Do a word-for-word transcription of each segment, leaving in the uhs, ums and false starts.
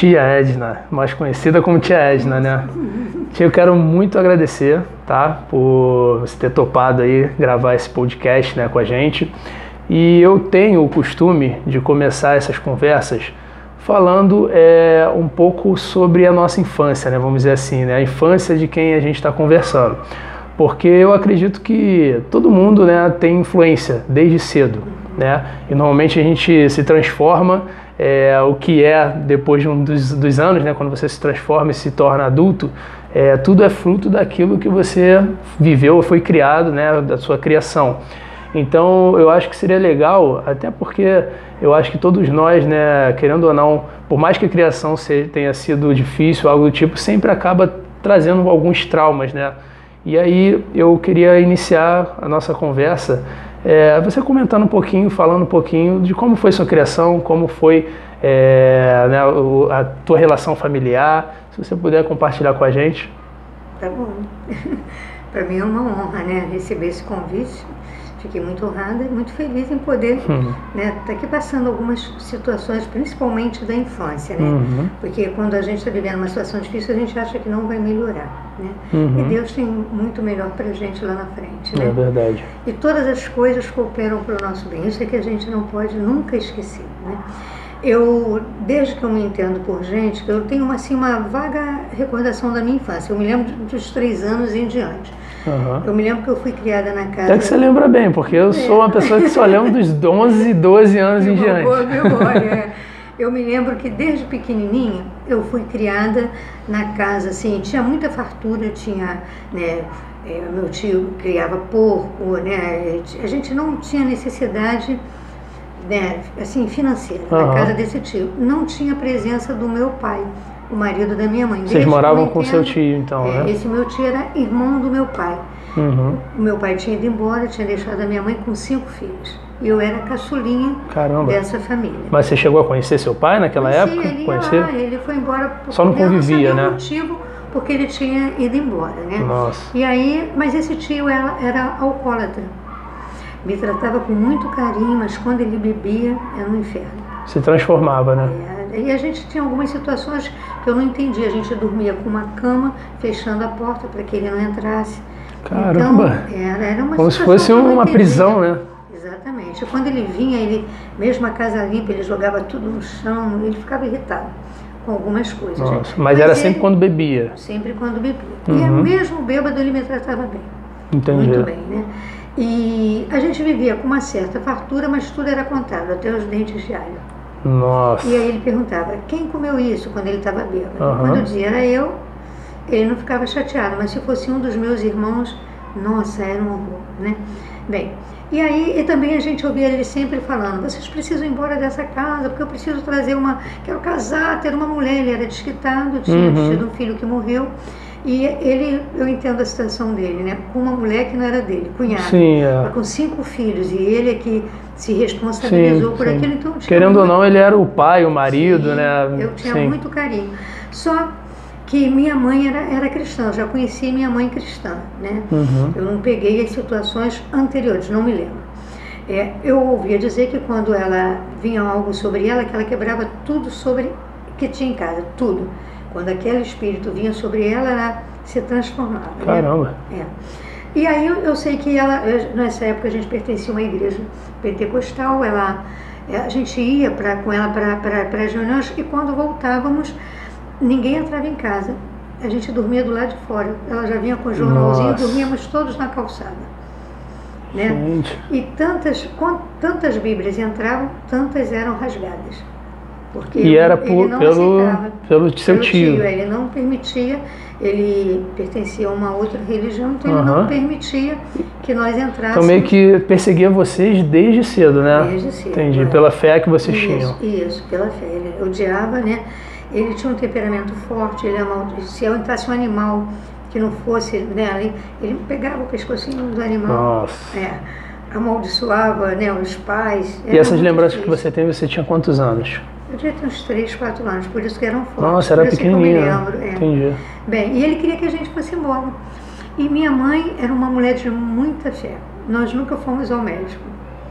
Tia Edna, mais conhecida como Tia Edna, né? Tia, eu quero muito agradecer, tá? Por você ter topado aí gravar esse podcast, né, com a gente. E eu tenho o costume de começar essas conversas falando é, um pouco sobre a nossa infância, né? Vamos dizer assim, né? A infância de quem a gente está conversando. Porque eu acredito que todo mundo, né, tem influência desde cedo, né? E normalmente a gente se transforma, é, o que é depois de um dos, dos anos, né? Quando você se transforma e se torna adulto, é, tudo é fruto daquilo que você viveu ou foi criado, né? Da sua criação. Então eu acho que seria legal, até porque eu acho que todos nós, né, querendo ou não, por mais que a criação seja, tenha sido difícil, algo do tipo, sempre acaba trazendo alguns traumas, né? E aí eu queria iniciar a nossa conversa, é, você comentando um pouquinho, falando um pouquinho de como foi sua criação, como foi é, né, a tua relação familiar, se você puder compartilhar com a gente. Tá bom. Para mim é uma honra, né, receber esse convite. Fiquei muito honrada e muito feliz em poder uhum. né, estar aqui passando algumas situações, principalmente da infância, né? Uhum. Porque quando a gente está vivendo uma situação difícil, a gente acha que não vai melhorar, né? Uhum. E Deus tem muito melhor para a gente lá na frente, né? É verdade. E todas as coisas cooperam para o nosso bem. Isso é que a gente não pode nunca esquecer, né? Eu, desde que eu me entendo por gente, eu tenho uma, assim, uma vaga recordação da minha infância. Eu me lembro dos três anos em diante. Uhum. Eu me lembro que eu fui criada na casa... Até que você lembra bem, porque eu é. sou uma pessoa que só lembra dos onze, doze anos em diante. Boa memória. Eu me lembro que desde pequenininha eu fui criada na casa, assim, tinha muita fartura, tinha, né, é, meu tio criava porco, né, a gente não tinha necessidade, né, assim, financeira uhum. na casa desse tio. Não tinha presença do meu pai, o marido da minha mãe. Vocês Desde moravam com seu tio, então, é, né? Esse meu tio era irmão do meu pai. Uhum. O meu pai tinha ido embora, tinha deixado a minha mãe com cinco filhos. E eu era a caçulinha Caramba. dessa família. Mas você chegou a conhecer seu pai naquela Conheci, época? Ele, Conhecer? Lá, ele foi embora. Por... Só não convivia, eu não né? O motivo porque ele tinha ido embora, né? Nossa. E aí, mas esse tio era, era alcoólatra. Me tratava com muito carinho, mas quando ele bebia, era um inferno. Se transformava, né? É, e a gente tinha algumas situações que eu não entendia. A gente dormia com uma cama, fechando a porta para que ele não entrasse. Caramba! Então, era, era uma Como se fosse uma prisão, né? Exatamente. Quando ele vinha, ele, mesmo a casa limpa, ele jogava tudo no chão, ele ficava irritado com algumas coisas. Nossa, mas, mas era ele, sempre quando bebia? Sempre quando bebia. Uhum. E mesmo bêbado, ele me tratava bem. Entendi. Muito bem, né? E a gente vivia com uma certa fartura, mas tudo era contado, até os dentes de alho. Nossa! E aí ele perguntava, quem comeu isso quando ele estava bêbado? Uhum. Quando dizia era eu, ele não ficava chateado, mas se fosse um dos meus irmãos, nossa, era um horror, né? Bem, e aí e também a gente ouvia ele sempre falando, vocês precisam ir embora dessa casa, porque eu preciso trazer uma, quero casar, ter uma mulher. Ele era desquitado, tinha uhum. tido um filho que morreu, e ele, eu entendo a situação dele, né? Com uma mulher que não era dele, cunhada, sim, é. com cinco filhos, e ele é que se responsabilizou sim, por sim. aquilo. Então, querendo muito... ou não, ele era o pai, o marido, sim, né? Eu tinha sim. muito carinho. Só que minha mãe era, era cristã, eu já conheci minha mãe cristã, né? Uhum. Eu não peguei as situações anteriores, não me lembro. É, eu ouvia dizer que quando ela vinha algo sobre ela, que ela quebrava tudo sobre que tinha em casa, tudo. Quando aquele espírito vinha sobre ela, ela se transformava. Caramba! Né? É. E aí eu, eu sei que ela, eu, nessa época a gente pertencia a uma igreja pentecostal, ela, a gente ia pra, com ela para as reuniões e quando voltávamos, ninguém entrava em casa. A gente dormia do lado de fora. Ela já vinha com o jornalzinho, Nossa. dormíamos todos na calçada. Né? Gente. E tantas, tantas Bíblias entravam, tantas eram rasgadas. Porque e era ele por, não pelo, pelo seu pelo tio. tio. Ele não permitia, ele pertencia a uma outra religião, então uhum. ele não permitia que nós entrássemos. Então meio que perseguia vocês desde cedo, né? Desde cedo. Entendi, é. pela fé que vocês isso, tinham. Isso, pela fé. Ele odiava, né? Ele tinha um temperamento forte, ele amaldi... se eu entrasse um animal que não fosse, né, ele pegava o pescocinho do animal. Nossa. É, amaldiçoava, né, os pais. E essas lembranças difícil. que você tem, você tinha quantos anos? Eu devia ter uns três, quatro anos, por isso que eram fortes. Nossa, era pequenininha. É. Entendi. Bem, e ele queria que a gente fosse embora. E minha mãe era uma mulher de muita fé. Nós nunca fomos ao médico.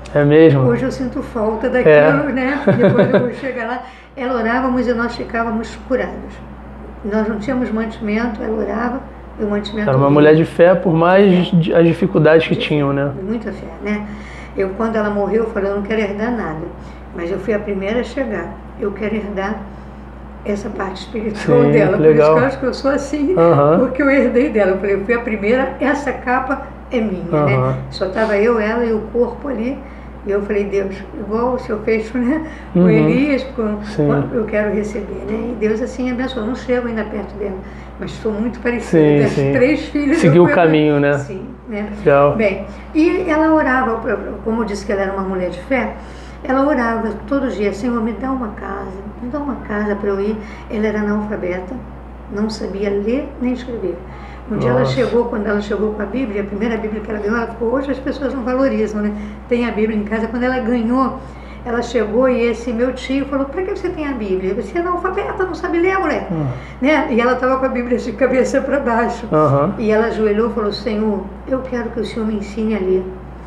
É mesmo? Hoje eu sinto falta daquilo, É. né? Depois eu vou chegar lá. Ela orávamos e nós ficávamos curados. Nós não tínhamos mantimento, ela orava e o mantimento... Era uma vinha. mulher de fé, por mais de- as dificuldades que tinham, né? Muita fé, né? Eu, quando ela morreu, eu falei, eu não quero herdar nada. Mas eu fui a primeira a chegar. Eu quero herdar essa parte espiritual Sim, dela. Por legal. isso que eu acho que eu sou assim, Aham. porque eu herdei dela. Eu falei, eu fui a primeira, essa capa é minha, Aham. né? Só estava eu, ela e o corpo ali. E eu falei, Deus, igual o Senhor fez, né? Com Uhum. Elias, com, Sim. com- eu quero receber, né? E Deus assim abençoou. Não chego ainda perto dela, mas estou muito parecida. Sim, Das sim. três filhas. Seguiu eu o fui- caminho, né? Sim, né? Legal. Bem, e ela orava, como eu disse que ela era uma mulher de fé, ela orava todo dia, Senhor, me dá uma casa, me dá uma casa para eu ir. Ela era analfabeta, não sabia ler nem escrever. Um dia ela Nossa. chegou, quando ela chegou com a Bíblia, a primeira Bíblia que ela ganhou, ela ficou, hoje as pessoas não valorizam, né? Tem a Bíblia em casa. Quando ela ganhou, ela chegou e esse meu tio falou, para que você tem a Bíblia? Você é analfabeta, não sabe ler, mulher. Hum. Né? E ela estava com a Bíblia de cabeça para baixo. Aham. E ela ajoelhou e falou, Senhor, eu quero que o Senhor me ensine a ler.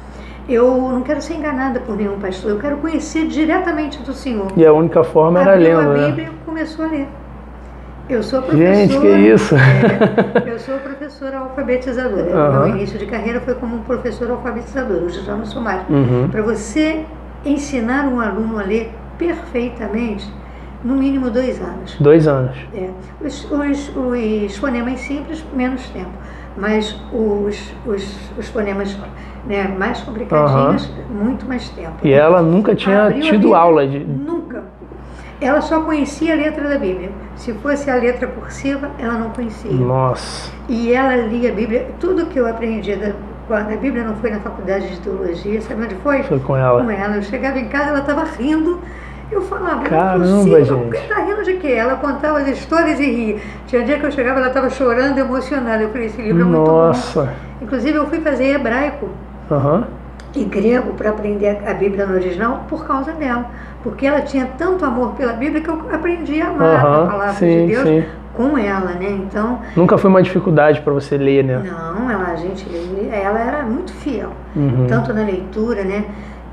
Eu não quero ser enganada por nenhum pastor, eu quero conhecer diretamente do Senhor. E a única forma era Abriu lendo, a né? Bíblia e começou a ler. Eu sou professora. Gente, que isso? É, eu sou professora alfabetizadora. Aham. Meu início de carreira foi como professora alfabetizadora, hoje já não sou mais. Uhum. Para você ensinar um aluno a ler perfeitamente, no mínimo dois anos. Dois anos. É. Os, os, os fonemas simples, menos tempo. Mas os, os, os fonemas, né, mais complicadinhos, muito mais tempo. E ela nunca tinha Abriu a tido Bíblia, aula de. Nunca. Ela só conhecia a letra da Bíblia. Se fosse a letra cursiva, ela não conhecia. Nossa. E ela lia a Bíblia. Tudo que eu aprendi da, quando a Bíblia não foi na faculdade de teologia, sabe onde foi? Foi com ela. Com ela. Eu chegava em casa, ela estava rindo. Eu falava, Caramba, não é possível, gente. porque tá rindo de quê? Ela contava as histórias e ria. Tinha dia que eu chegava, ela estava chorando, emocionada. Eu falei, esse livro é muito Nossa. bom. Inclusive, eu fui fazer hebraico Aham. e grego para aprender a Bíblia no original por causa dela. Porque ela tinha tanto amor pela Bíblia que eu aprendi a amar Aham, a palavra sim, de Deus sim. com ela, né? Então, Nunca foi uma dificuldade para você ler, né? não, ela, a gente, ela era muito fiel. Uhum. Tanto na leitura, né?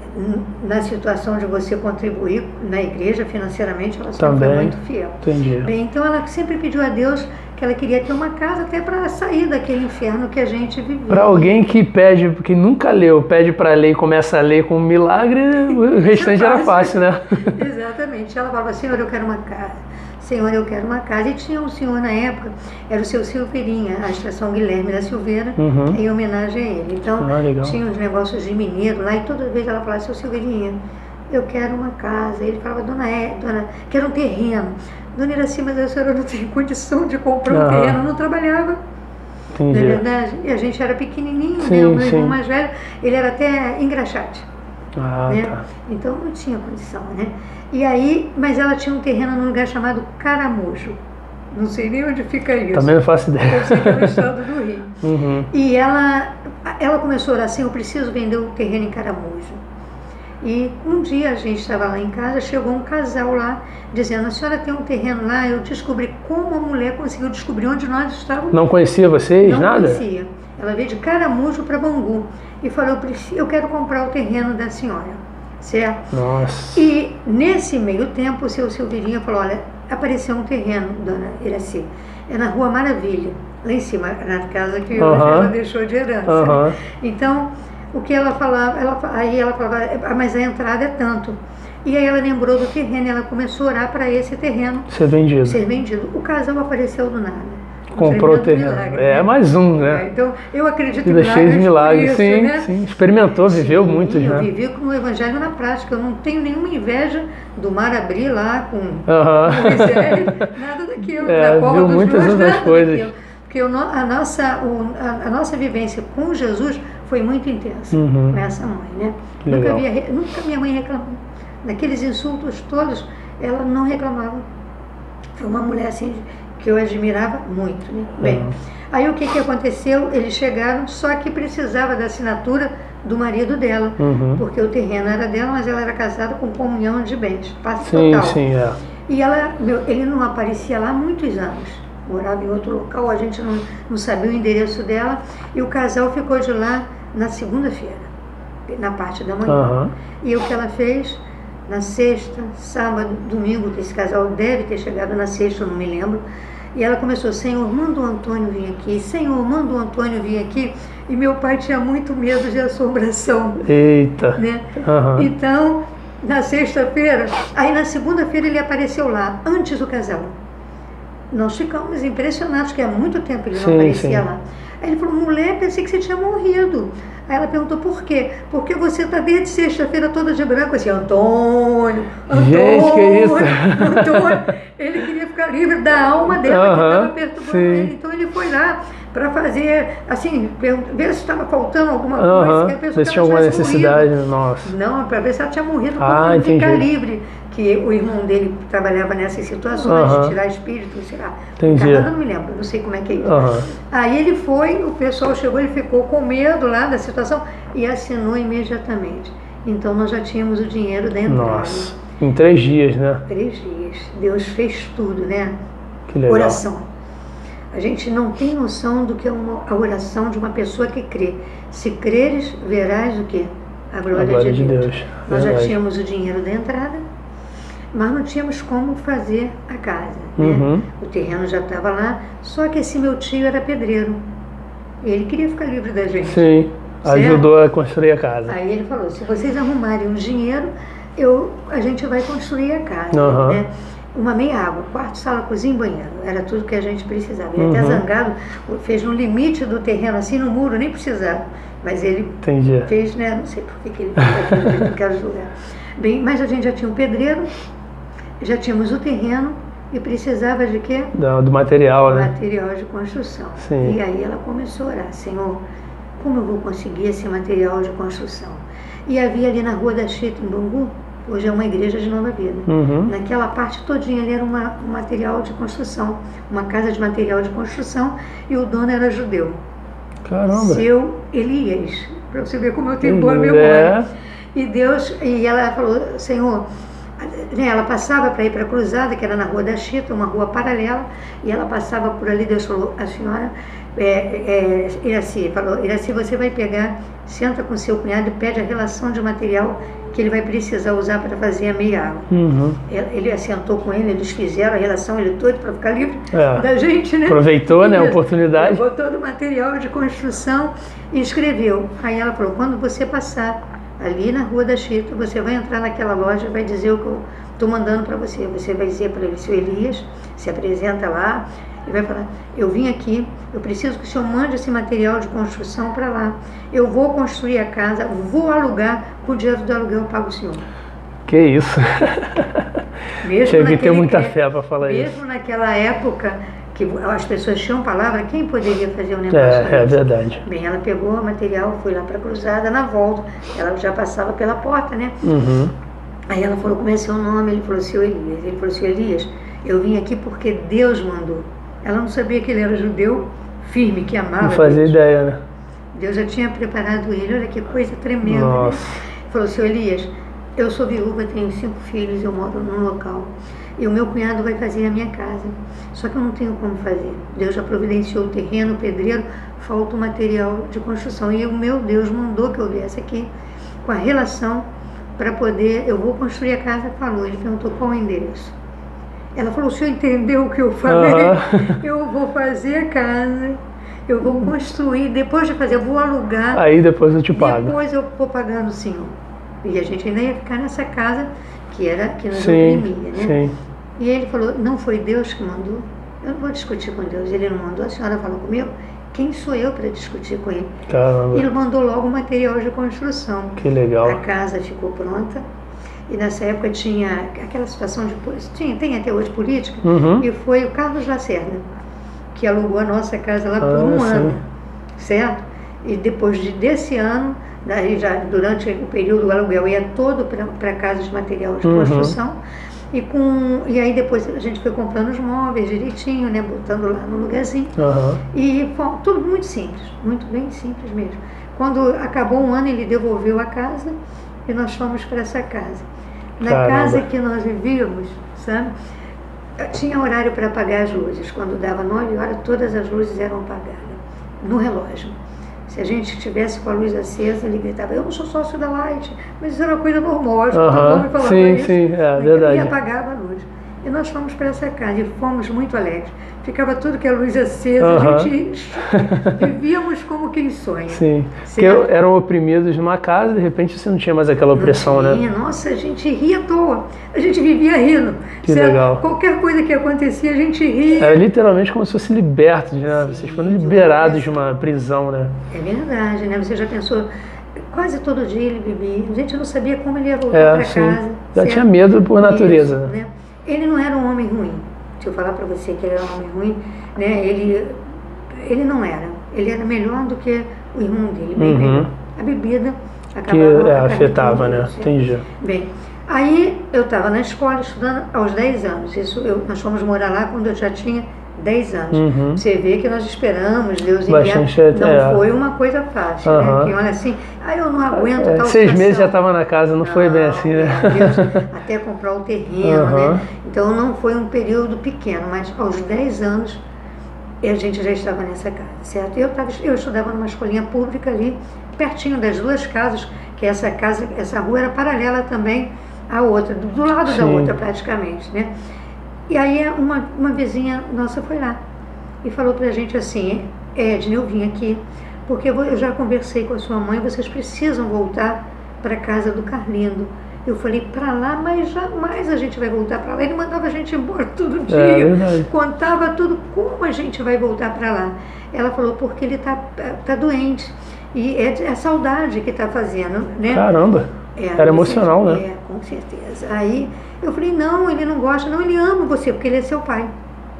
Na situação de você contribuir na igreja financeiramente, ela sempre Também. foi muito fiel. Entendi. Bem, então ela sempre pediu a Deus que ela queria ter uma casa até para sair daquele inferno que a gente vivia. Para alguém que pede, que nunca leu, pede para ler e começa a ler com um milagre, o restante era fácil, né? Exatamente. Ela falava, Senhor, eu quero uma casa. Senhor, eu quero uma casa. E tinha um senhor na época, era o seu Silveirinha, a estação Guilherme da Silveira, Uhum. em homenagem a ele. Então, Ah, legal. tinha uns negócios de mineiro lá, e toda vez ela falava, seu Silveirinha, eu quero uma casa. Ele falava, dona É, dona, quero um terreno. Dona Iraci, mas a senhora não tem condição de comprar um Aham. terreno, não trabalhava. Não Entendi. é verdade? E a gente era pequenininho, Sim, né? O meu sim. irmão mais velho, ele era até engraxate. Ah, Né? tá. Então não tinha condição, né? E aí, mas ela tinha um terreno num lugar chamado Caramujo. Não sei nem onde fica isso. Também não faço ideia. Eu sei que é no estado do Rio. Uhum. E ela, ela começou a orar assim, eu preciso vender o terreno em Caramujo. E um dia a gente estava lá em casa, chegou um casal lá, dizendo, a senhora tem um terreno lá, eu descobri como a mulher conseguiu descobrir onde nós estávamos. Não conhecia vocês, Não nada? conhecia. Ela veio de Caramujo para Bangu e falou, eu, preciso, eu quero comprar o terreno da senhora, certo? Nossa. E nesse meio tempo o seu Silveirinha falou, olha, apareceu um terreno, dona Iraci, é na Rua Maravilha, lá em cima, na casa que hoje Aham. ela deixou de herança. Aham. Né? Então, o que ela falava, ela, aí ela falava, "Ah, mas a entrada é tanto." E aí ela lembrou do terreno, ela começou a orar para esse terreno Ser vendido. ser vendido. O casal apareceu do nada. Um Comprou o tremendo terreno. milagre, É, né? mais um, É, né? então, eu acredito em Vida cheia de milagres. milagres por isso, Sim, né? sim. Experimentou, viveu Sim, muitos, eu né? vivi com o evangelho na prática. Eu não tenho nenhuma inveja do mar abrir lá com Aham. Moisés, nada daquilo. É, da cova viu dos muitas meus, outras nada coisas. daquilo. Porque o no- a, nossa, o, a, a nossa vivência com Jesus foi muito intensa Uhum. com essa mãe, né? Que Nunca, legal. via, re- nunca minha mãe reclamou. Naqueles insultos todos, ela não reclamava. Foi uma mulher assim que eu admirava muito, né? Bem, Uhum. aí o que, que aconteceu? Eles chegaram, só que precisava da assinatura do marido dela, Uhum. porque o terreno era dela, mas ela era casada com comunhão de bens, passe Sim, total. sim, é. E ela, meu, ele não aparecia lá há muitos anos, morava em outro local, a gente não, não sabia o endereço dela, e o casal ficou de lá na segunda-feira. na parte da manhã. Uhum. E o que ela fez, na sexta, sábado, domingo, que esse casal deve ter chegado na sexta, eu não me lembro, e ela começou, Senhor, manda o Antônio vir aqui, Senhor, manda o Antônio vir aqui, e meu pai tinha muito medo de assombração. Eita! Né? Uhum. Então, na sexta-feira, aí na segunda-feira ele apareceu lá, antes do casal. Nós ficamos impressionados, que há muito tempo ele não sim, aparecia sim. lá. Aí ele falou, mulher, pensei que você tinha morrido. Aí ela perguntou, por quê? Porque você está desde sexta-feira toda de branco, assim, Antônio, Antônio, gente, que isso? Antônio. Ele queria ficar livre da alma dela, uh-huh, que estava perturbando sim. ele. Então ele foi lá para fazer, assim, ver se estava faltando alguma uh-huh, coisa, que a pessoa ver se tinha alguma necessidade, morrido. Nossa. Não, para ver se ela tinha morrido, para ah, ele ficar entendi. livre. Que o irmão dele trabalhava nessas situações, uh-huh. de tirar espírito, sei lá. Entendi. Cada não me lembro, não sei como é que é isso. Uh-huh. Aí ele foi, o pessoal chegou, ele ficou com medo lá da situação e assinou imediatamente. Então nós já tínhamos o dinheiro da entrada. Nossa, em três dias, né? Três dias. Deus fez tudo, né? Que legal. Oração. A gente não tem noção do que é uma, a oração de uma pessoa que crê. Se creres, verás o quê? A glória, a glória de Deus. De Deus. Nós Verdade. já tínhamos o dinheiro da entrada, mas não tínhamos como fazer a casa. Né? Uhum. O terreno já estava lá, só que esse meu tio era pedreiro. Ele queria ficar livre da gente. Sim, certo? Ajudou a construir a casa. Aí ele falou, se vocês arrumarem o dinheiro, eu, a gente vai construir a casa. Uhum. Né? Uma meia água, quarto, sala, cozinha e banheiro. Era tudo que a gente precisava. Ele uhum. até zangado, fez no limite do terreno, assim, no muro, nem precisava. Mas ele Entendi. fez, né? Não sei por que que ele fez aquilo naquele lugar. Bem, mas a gente já tinha um pedreiro, já tínhamos o terreno e precisava de quê? Do, do material, né? Material de construção. Sim. E aí ela começou a orar, Senhor, como eu vou conseguir esse material de construção? E havia ali na Rua da Chita, em Bangu, hoje é uma igreja de Nova Vida. Uhum. Naquela parte todinha ali era uma, um material de construção, uma casa de material de construção, e o dono era judeu. Caramba. Seu Elias, para você ver como eu tenho boa é. memória. E Deus, e ela falou, Senhor, né, ela passava para ir para a Cruzada, que era na Rua da Chita, uma rua paralela, e ela passava por ali, Deus falou, a senhora, é, é, Iraci, falou, Iraci, você vai pegar, senta com seu cunhado e pede a relação de material que ele vai precisar usar para fazer a meia água. Uhum. Ele assentou com ele, eles fizeram a relação, ele todo para ficar livre é. da gente, né? Aproveitou, né, a oportunidade. Levou todo o material de construção e escreveu. Aí ela falou, quando você passar ali na Rua da Chita, você vai entrar naquela loja e vai dizer o que eu estou mandando para você. Você vai dizer para ele, seu Elias, se apresenta lá e vai falar, eu vim aqui, eu preciso que o senhor mande esse material de construção para lá. Eu vou construir a casa, vou alugar, com o dinheiro do aluguel eu pago o senhor. Que isso. Mesmo Tinha que ter muita é, fé para falar mesmo isso. Mesmo naquela época que as pessoas tinham palavra, quem poderia fazer um negócio É, desse? é verdade. Bem, ela pegou o material, foi lá para a Cruzada, na volta, ela já passava pela porta, né? Uhum. Aí ela falou, como é seu nome? Ele falou, seu Elias. Ele falou, seu Elias, eu vim aqui porque Deus mandou. Ela não sabia que ele era judeu, firme, que amava Não fazia Deus. ideia, né? Deus já tinha preparado ele, olha que coisa tremenda. Nossa. Né? Falou, seu Elias, eu sou viúva, tenho cinco filhos, eu moro num local. E o meu cunhado vai fazer a minha casa. Só que eu não tenho como fazer. Deus já providenciou o terreno, o pedreiro, falta o material de construção. E o meu Deus mandou que eu viesse aqui com a relação para poder, eu vou construir a casa, falou. Ele perguntou qual o endereço. Ela falou, o senhor entendeu o que eu falei? Uhum. Eu vou fazer a casa, eu vou construir, depois de fazer, eu vou alugar. Aí depois eu te pago. Depois eu vou pagando o senhor. E a gente ainda ia ficar nessa casa que era que nos sim, oprimia, né? Sim. E ele falou, não foi Deus que mandou? Eu não vou discutir com Deus, ele não mandou, a senhora falou comigo? Quem sou eu para discutir com ele? Caramba. Ele mandou logo o material de construção. Que legal. A casa ficou pronta. E nessa época tinha aquela situação de... Tinha, tem até hoje política. Uhum. E foi o Carlos Lacerda que alugou a nossa casa lá por ah, um sim. ano. Certo? E depois de, desse ano, daí já durante o período do aluguel, ia todo para casa de material de uhum. construção. E, com, e aí depois a gente foi comprando os móveis direitinho, né? Botando lá no lugarzinho. Uhum. E foi tudo muito simples, muito bem simples mesmo. Quando acabou um ano, ele devolveu a casa e nós fomos para essa casa. Na Caramba. casa que nós vivíamos, sabe? Tinha horário para apagar as luzes. Quando dava nove horas, todas as luzes eram apagadas no relógio. Se a gente estivesse com a luz acesa, ele gritava, eu não sou sócio da Light, mas isso era uma coisa normal, acho que Aham, todo mundo falava sim, isso. sim, é Né? verdade. E apagava a luz. E nós fomos para essa casa e fomos muito alegres. Ficava tudo que a luz acesa, Aham. a gente vivíamos como quem sonha. Sim, porque Certo? eram oprimidos numa casa, de repente você não tinha mais aquela opressão, Não né? tinha, nossa, a gente ria à toa. A gente vivia rindo. Que Certo? legal. Qualquer coisa que acontecia, a gente ria. Era literalmente como se fossem libertos, né? Vocês foram de uma liberados de uma prisão, né? É verdade, né? Você já pensou, quase todo dia ele bebia. A gente não sabia como ele ia voltar É, para sim. casa. Já certo? tinha medo por natureza, Isso, né? né? Ele não era um homem ruim. Se eu falar para você que ele era um homem ruim, né? Ele, ele não era. Ele era melhor do que o irmão dele, bem Uhum. melhor. A bebida Que acabava é, acabava afetava, com né? isso, Entendi. Bem, aí eu estava na escola estudando aos dez anos. Isso, eu, nós fomos morar lá quando eu já tinha dez anos. Uhum. Você vê que nós esperamos Deus enviar. Bastante, Não é. foi uma coisa fácil, Aham. né? Que olha assim, ah, eu não aguento É, tal seis situação. meses já estava na casa, não, foi bem assim, né? é, Deus, até comprar o terreno, Aham. né? Então não foi um período pequeno, mas aos dez anos a gente já estava nessa casa, certo? Eu, tava, eu estudava numa escolinha pública ali, pertinho das duas casas, que essa casa, essa rua era paralela também à outra, do, do lado da Sim. outra praticamente, né? E aí uma, uma vizinha nossa foi lá e falou pra gente assim, Edna, eu vim aqui porque eu já conversei com a sua mãe, vocês precisam voltar para casa do Carlindo. Eu falei, para lá, mas jamais a gente vai voltar para lá. Ele mandava a gente embora todo dia, É verdade. contava tudo, como a gente vai voltar para lá. Ela falou, porque ele tá, tá doente e é a saudade que está fazendo, né? Caramba, É, era emocional, você- né? É, com certeza. Aí eu falei, não, ele não gosta, não, ele ama você, porque ele é seu pai.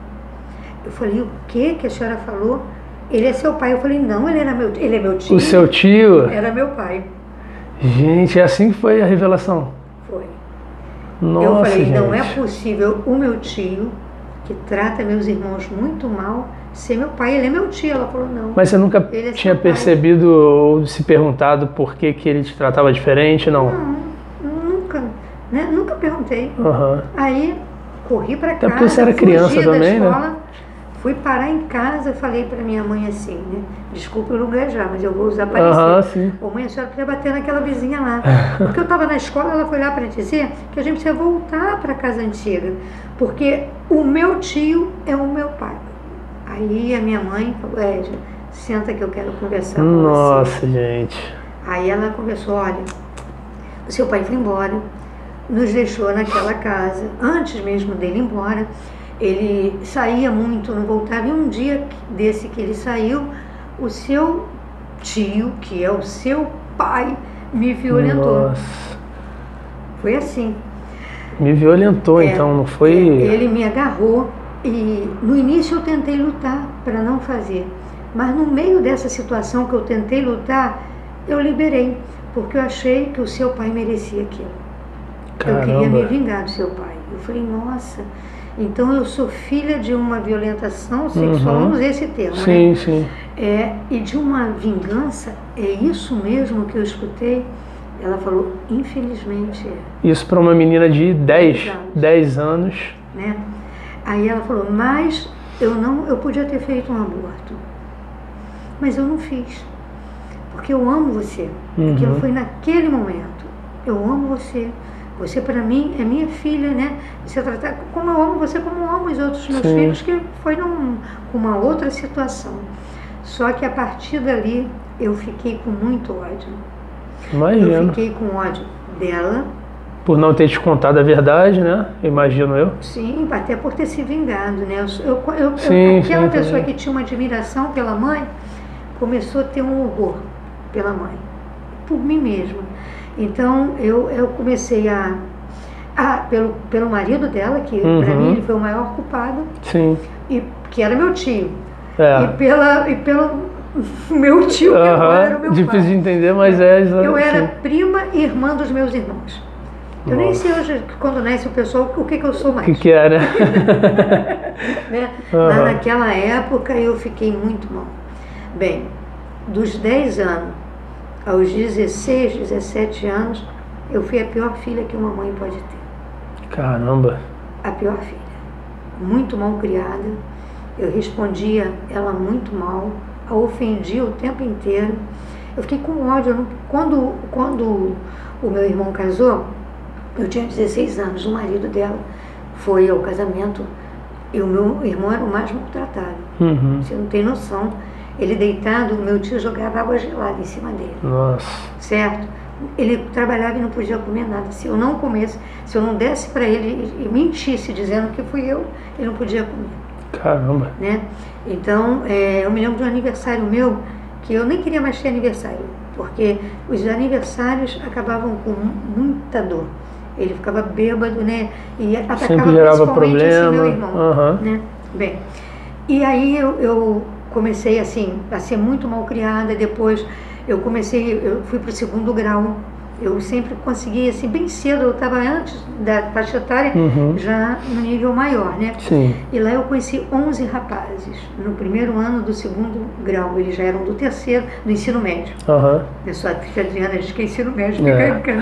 Eu falei, o que que a senhora falou? Ele é seu pai. Eu falei, não, ele, era meu, ele é meu tio. O seu tio? Era meu pai. Gente, é assim que foi a revelação. Foi. Nossa, eu falei, gente. não é possível o meu tio, que trata meus irmãos muito mal, ser meu pai. Ele é meu tio. Ela falou, não. Mas você nunca Ele é tinha seu pai. percebido ou se perguntado por que, que ele te tratava diferente? Não. Não, nunca. Né? Nunca perguntei. Aham. Aí corri para Até casa, porque você era criança fugi da também, né? escola, fui parar em casa, falei para minha mãe assim, né? Desculpe o lugarejar, mas eu vou usar parecer. Aham, sim. Ô mãe, a senhora podia bater naquela vizinha lá. Porque eu estava na escola, ela foi lá para dizer que a gente precisa voltar para a casa antiga, porque o meu tio é o meu pai. Aí a minha mãe falou, Edna, senta que eu quero conversar com você. Nossa, gente. Aí ela conversou, olha, o seu pai foi embora, nos deixou naquela casa, antes mesmo dele ir embora, ele saía muito, não voltava, e um dia desse que ele saiu, o seu tio, que é o seu pai, me violentou. Nossa. Foi assim. Me violentou, É, então, não foi... é, ele me agarrou e no início eu tentei lutar para não fazer, mas no meio dessa situação que eu tentei lutar, eu liberei, porque eu achei que o seu pai merecia aquilo. Caramba. Eu queria me vingar do seu pai. Eu falei, nossa, então eu sou filha de uma violentação sexual, Uhum. vamos usar esse termo, Sim, né? sim. É, e de uma vingança, é isso mesmo que eu escutei? Ela falou, infelizmente é. Isso para uma menina de dez, Dez anos. dez anos. Né? Aí ela falou, mas eu não, eu podia ter feito um aborto, mas eu não fiz, porque eu amo você. Uhum. Aquilo foi naquele momento. Eu amo você. Você para mim é minha filha, né? Você tratar como eu amo você, como eu amo os outros meus Sim. filhos, que foi num, uma outra situação. Só que a partir dali eu fiquei com muito ódio. Eu Imagino. fiquei com ódio dela. Por não ter te contado a verdade, né? Imagino eu. Sim, até por ter se vingado, né? Eu, eu, eu, Sim, eu, aquela sim, pessoa também. que tinha uma admiração pela mãe começou a ter um horror pela mãe, por mim mesma. Então eu, eu comecei a, a pelo, pelo marido dela, que Uhum. para mim ele foi o maior culpado, Sim. e que era meu tio, É. e, pela, e pelo meu tio, que agora era o meu Difícil pai. de entender, mas é... Eu era sim. prima e irmã dos meus irmãos. Eu nem Nossa. sei hoje, quando nasce o pessoal, o que, que eu sou O mais. que que é, né? Né? Aham. Mas naquela época eu fiquei muito mal. Bem, dos dez anos aos dezesseis, dezessete anos, eu fui a pior filha que uma mãe pode ter. Caramba. A pior filha. Muito mal criada. Eu respondia ela muito mal, a ofendia o tempo inteiro. Eu fiquei com ódio. Eu não, quando, quando o meu irmão casou, eu tinha dezesseis anos, o marido dela foi ao casamento e o meu irmão era o mais maltratado. Uhum. Você não tem noção. Ele deitado, o meu tio jogava água gelada em cima dele. Nossa. Certo? Ele trabalhava e não podia comer nada. Se eu não comesse, se eu não desse para ele e mentisse dizendo que fui eu, ele não podia comer. Caramba. Né? Então, é, eu me lembro de um aniversário meu que eu nem queria mais ter aniversário, porque os aniversários acabavam com muita dor. Ele ficava bêbado, né? E atacava sempre gerava principalmente problema. Esse meu irmão. Uhum. Né? Bem, e aí eu, eu comecei assim a ser muito mal criada. Depois eu comecei, eu fui para o segundo grau. Eu sempre consegui, assim, bem cedo, eu estava antes da faixa etária, uhum. já no nível maior, né? Sim. E lá eu conheci onze rapazes, no primeiro ano do segundo grau, eles já eram do terceiro, do ensino médio. Uhum. Eu só que a Adriana diz que é ensino médio, é. fica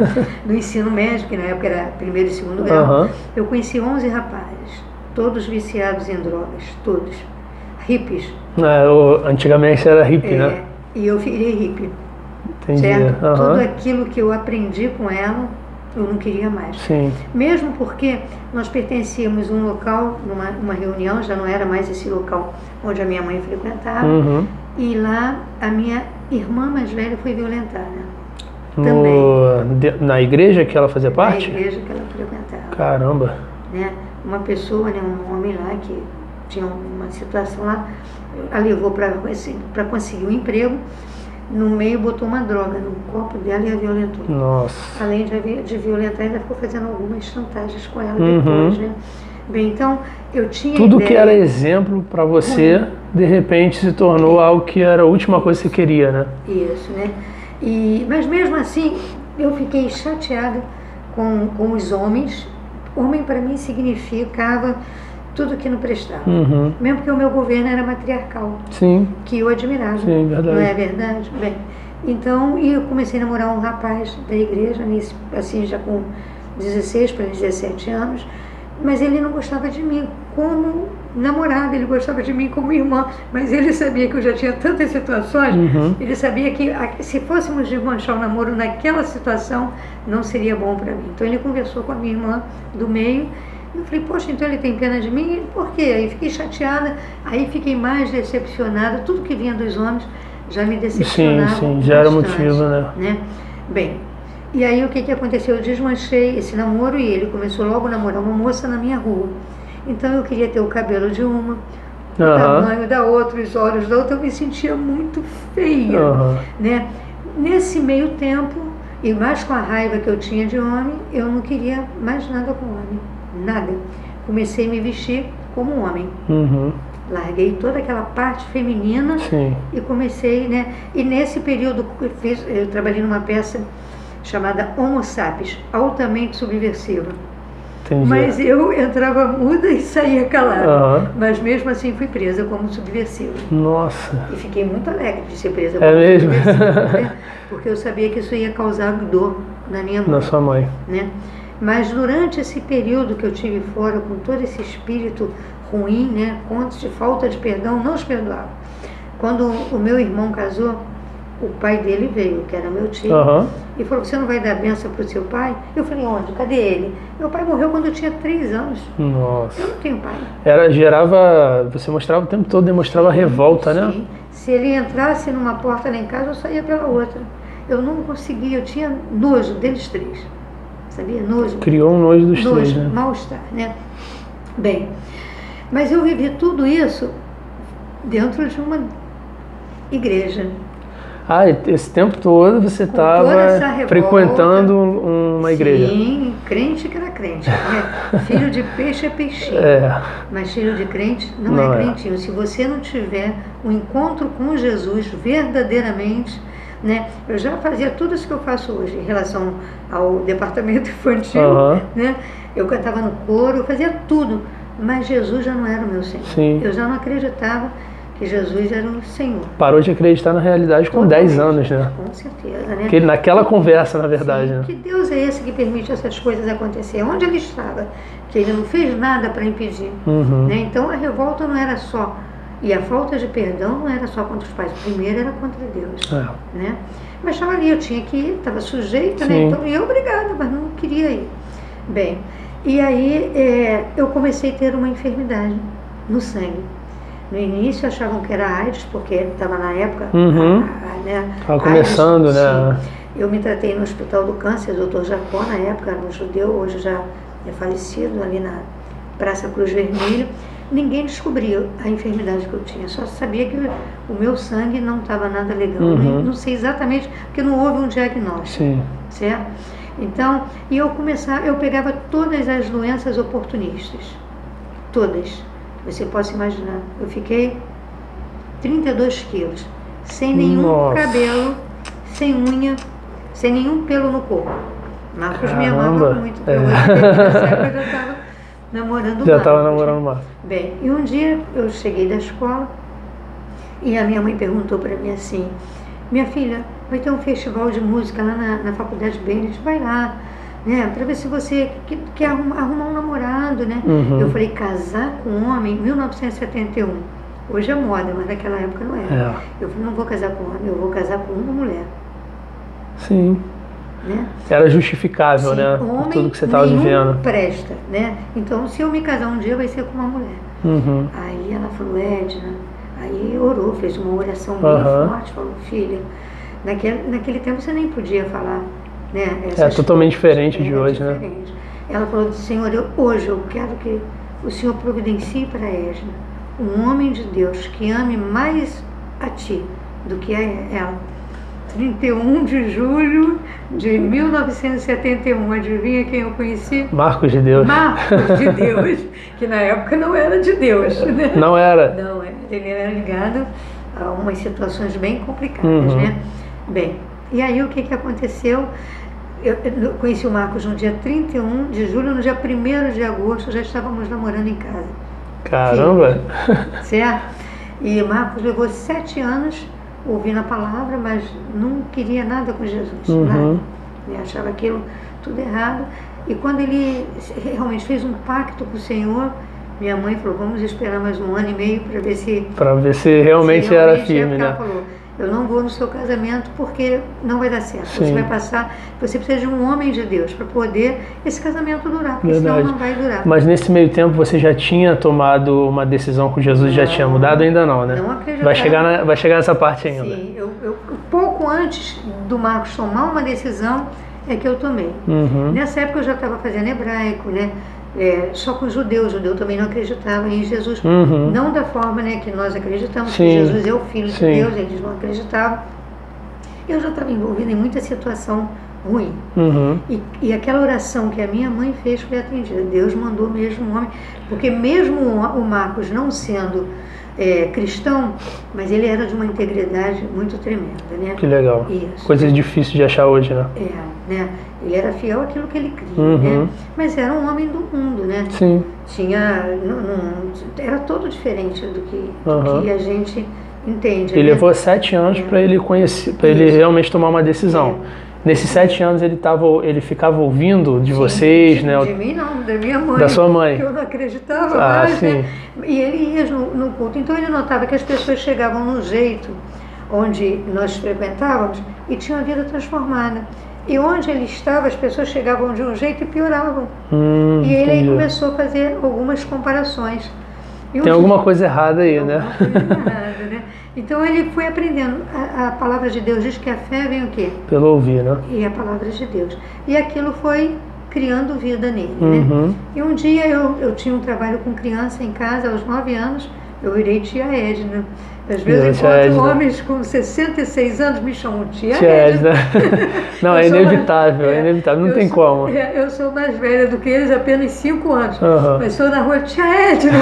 no ensino médio, que na época era primeiro e segundo grau, uhum. eu conheci onze rapazes, todos viciados em drogas, todos, hippies. É, o, antigamente era hippie, é, né? E eu virei hippie. Entendi. Certo? Uhum. Tudo aquilo que eu aprendi com ela, eu não queria mais. Sim. Mesmo porque nós pertencíamos a um local, numa uma reunião, já não era mais esse local onde a minha mãe frequentava, uhum. e lá a minha irmã mais velha foi violentada. No, também. De, na igreja que ela fazia parte? Na igreja que ela frequentava. Caramba. Né? Uma pessoa, né, um homem lá que tinha uma situação lá, a levou para assim, para conseguir um emprego. No meio botou uma droga no copo dela e a violentou. Nossa. Além de, de violentar, ainda ficou fazendo algumas chantagens com ela uhum. depois, né? Bem, então, eu tinha Tudo ideia... que era exemplo para você, uhum. de repente se tornou é. algo que era a última coisa que você queria, né? Isso, né? E, mas mesmo assim, eu fiquei chateada com, com os homens. Homem, para mim, significava tudo que não prestava. Uhum. Mesmo porque o meu governo era matriarcal. Sim. Que eu admirava. Sim, verdade. Não é verdade? Bem, então, e eu comecei a namorar um rapaz da igreja, assim, já com dezesseis para dezessete anos, mas ele não gostava de mim como namorada, ele gostava de mim como irmã, mas ele sabia que eu já tinha tantas situações, uhum. ele sabia que se fôssemos desmanchar o namoro naquela situação, não seria bom para mim. Então ele conversou com a minha irmã do meio. Eu falei, poxa, então ele tem pena de mim? Por quê? Aí fiquei chateada, aí fiquei mais decepcionada. Tudo que vinha dos homens já me decepcionava. Sim, sim, já era motivo, né? né? Bem, e aí o que, que aconteceu? Eu desmanchei esse namoro e ele começou logo a namorar uma moça na minha rua. Então eu queria ter o cabelo de uma, o uhum. tamanho da outra, os olhos da outra. Eu me sentia muito feia, uhum. né? Nesse meio tempo, e mais com a raiva que eu tinha de homem, eu não queria mais nada com homem. Nada. Comecei a me vestir como um homem. Uhum. Larguei toda aquela parte feminina. Sim. E comecei, né? E nesse período eu, fiz, eu trabalhei numa peça chamada Homo Sapiens, altamente subversiva. Entendi. Mas eu entrava muda e saía calada. Uhum. Mas mesmo assim fui presa como subversiva. Nossa. E fiquei muito alegre de ser presa é como mesmo? subversiva. Né? Porque eu sabia que isso ia causar dor na minha mãe. Na sua mãe. Né? Mas durante esse período que eu tive fora, com todo esse espírito ruim, né, contos de falta de perdão, não os perdoava. Quando o meu irmão casou, o pai dele veio, que era meu tio, uhum. e falou, você não vai dar benção para o seu pai? Eu falei, onde? Cadê ele? Meu pai morreu quando eu tinha três anos. Nossa. Eu não tenho pai. Era, gerava, você mostrava o tempo todo, demonstrava revolta, sim. né? Se ele entrasse numa porta lá em casa, eu saía pela outra. Eu não conseguia, eu tinha nojo deles três. Sabia? Nojo. Criou um nojo dos nojo, três, né? mal-estar, né? Bem, mas eu vivi tudo isso dentro de uma igreja. Ah, esse tempo todo você estava frequentando uma igreja. Sim, crente que era crente. Né? Filho de peixe é peixinho. É. Mas filho de crente não, não é é crentinho. Se você não tiver um encontro com Jesus verdadeiramente... Né? Eu já fazia tudo isso que eu faço hoje em relação ao departamento infantil, uhum. né? Eu cantava no coro, eu fazia tudo, mas Jesus já não era o meu Senhor. Sim. Eu já não acreditava que Jesus era o Senhor. Parou de acreditar na realidade com dez anos, né? Com certeza, né? Que naquela conversa, na verdade. Sim, né? Que Deus é esse que permite essas coisas acontecer? Onde ele estava? Que ele não fez nada para impedir. Uhum. Né? Então a revolta não era só E a falta de perdão não era só contra os pais, primeiro era contra Deus, É. né? Mas estava ali, eu tinha que ir, estava sujeita, né? Sim. Então, e eu obrigada, mas não queria ir. Bem, e aí é, eu comecei a ter uma enfermidade no sangue. No início achavam que era AIDS, porque estava na época, Uhum. a, a, né, Tava começando, AIDS, né? sim. Eu me tratei no Hospital do Câncer, doutor Jacó, na época era um judeu, hoje já é falecido, ali na Praça Cruz Vermelho. Ninguém descobriu a enfermidade que eu tinha, só sabia que o meu sangue não estava nada legal. Uhum. Não, não sei exatamente, porque não houve um diagnóstico, Sim. certo? Então, e eu começava, eu pegava todas as doenças oportunistas, todas. Você pode imaginar, eu fiquei trinta e dois quilos, sem nenhum Nossa. cabelo, sem unha, sem nenhum pelo no corpo. Marcos me amava Caramba. muito, É. eu nessa época eu já estava namorando o Já estava Marcos. namorando o Marcos. Bem, e um dia eu cheguei da escola e a minha mãe perguntou para mim assim: minha filha, vai ter um festival de música lá na, na faculdade Bennett, vai lá, né, para ver se você quer, quer arrumar, arrumar um namorado, né? Uhum. Eu falei, casar com um homem, mil novecentos e setenta e um. Hoje é moda, mas naquela época não era. É. Eu falei, não vou casar com um homem, eu vou casar com uma mulher, Sim. né? Era justificável, Sim, né? Por homem tudo que você estava nenhum vivendo. presta, né? Então, se eu me casar um dia, vai ser com uma mulher. Uhum. Aí ela falou, Edna, aí orou, fez uma oração bem Aham. forte, falou, filha, naquele, naquele tempo você nem podia falar, né? É essas totalmente coisas, diferente de era hoje, né? diferente. Ela falou, Senhor, eu, hoje eu quero que o Senhor providencie para Edna um homem de Deus que ame mais a ti do que a ela. trinta e um de julho de mil novecentos e setenta e um, adivinha quem eu conheci? Marcos de Deus. Marcos de Deus, que na época não era de Deus, né? Não era. Não, ele era ligado a umas situações bem complicadas, Uhum. né? Bem, e aí o que que aconteceu? Eu, eu conheci o Marcos no dia trinta e um de julho, no dia primeiro de agosto já estávamos namorando em casa, Caramba. certo? E Marcos levou sete anos ouvindo a palavra, mas não queria nada com Jesus, Uhum. nada. Ele achava aquilo tudo errado. E quando ele realmente fez um pacto com o Senhor, minha mãe falou, vamos esperar mais um ano e meio para ver se... Pra ver se realmente, se era realmente é, firme, porque ela né? falou, eu não vou no seu casamento porque não vai dar certo. Sim. Você vai passar, você precisa de um homem de Deus para poder esse casamento durar, porque senão Verdade. não vai durar. Mas nesse meio tempo você já tinha tomado uma decisão com Jesus, já Não, tinha mudado? Ainda não, né? não acreditava. Vai chegar, na, vai chegar nessa parte ainda. Sim, eu, eu, pouco antes do Marcos tomar uma decisão é que eu tomei. Uhum. Nessa época eu já estava fazendo hebraico, né? É, só com judeu, o judeu também não acreditava em Jesus, Uhum. não da forma, né, que nós acreditamos, Sim. que Jesus é o Filho de Sim. Deus, eles não acreditavam. Eu já estava envolvida em muita situação ruim. Uhum. E, e aquela oração que a minha mãe fez foi atendida. Deus mandou mesmo um homem, porque mesmo o Marcos não sendo é, cristão, mas ele era de uma integridade muito tremenda, né? Que legal. Isso. Coisa difícil de achar hoje, né? É, né? Ele era fiel àquilo que ele cria, Uhum. né? Mas era um homem do mundo, né? Sim. Tinha, não, não, era todo diferente do que, do Uhum. que a gente entende. Ele né? levou sete anos É. para ele conhecer, para ele Isso. realmente tomar uma decisão. Nesses sete anos ele tava, ele ficava ouvindo de Sim, vocês, de, né? De mim não, da minha mãe. Da sua mãe. Que eu não acreditava Ah, mais, sim. né? E ele ia no, no culto. Então ele notava que as pessoas chegavam no jeito onde nós frequentávamos e tinham a vida transformada. E onde ele estava, as pessoas chegavam de um jeito e pioravam. Hum, e ele aí entendi. começou a fazer algumas comparações. E um Tem dia- alguma coisa errada aí, né? Alguma coisa errada, né? Então ele foi aprendendo. A, a palavra de Deus diz que a fé vem o quê? Pelo ouvir, né? E a palavra de Deus. E aquilo foi criando vida nele, Uhum. né? E um dia eu, eu tinha um trabalho com criança em casa, aos nove anos, eu virei tia Edna. Às vezes Tia encontro Edna. homens com sessenta e seis anos me chamam tia, Tia Edna. Edna. Não, é Eu sou inevitável, mais- é inevitável, não eu tem sou- como. é, eu sou mais velha do que eles, apenas cinco anos. Aham. Mas sou na rua, tia Edna.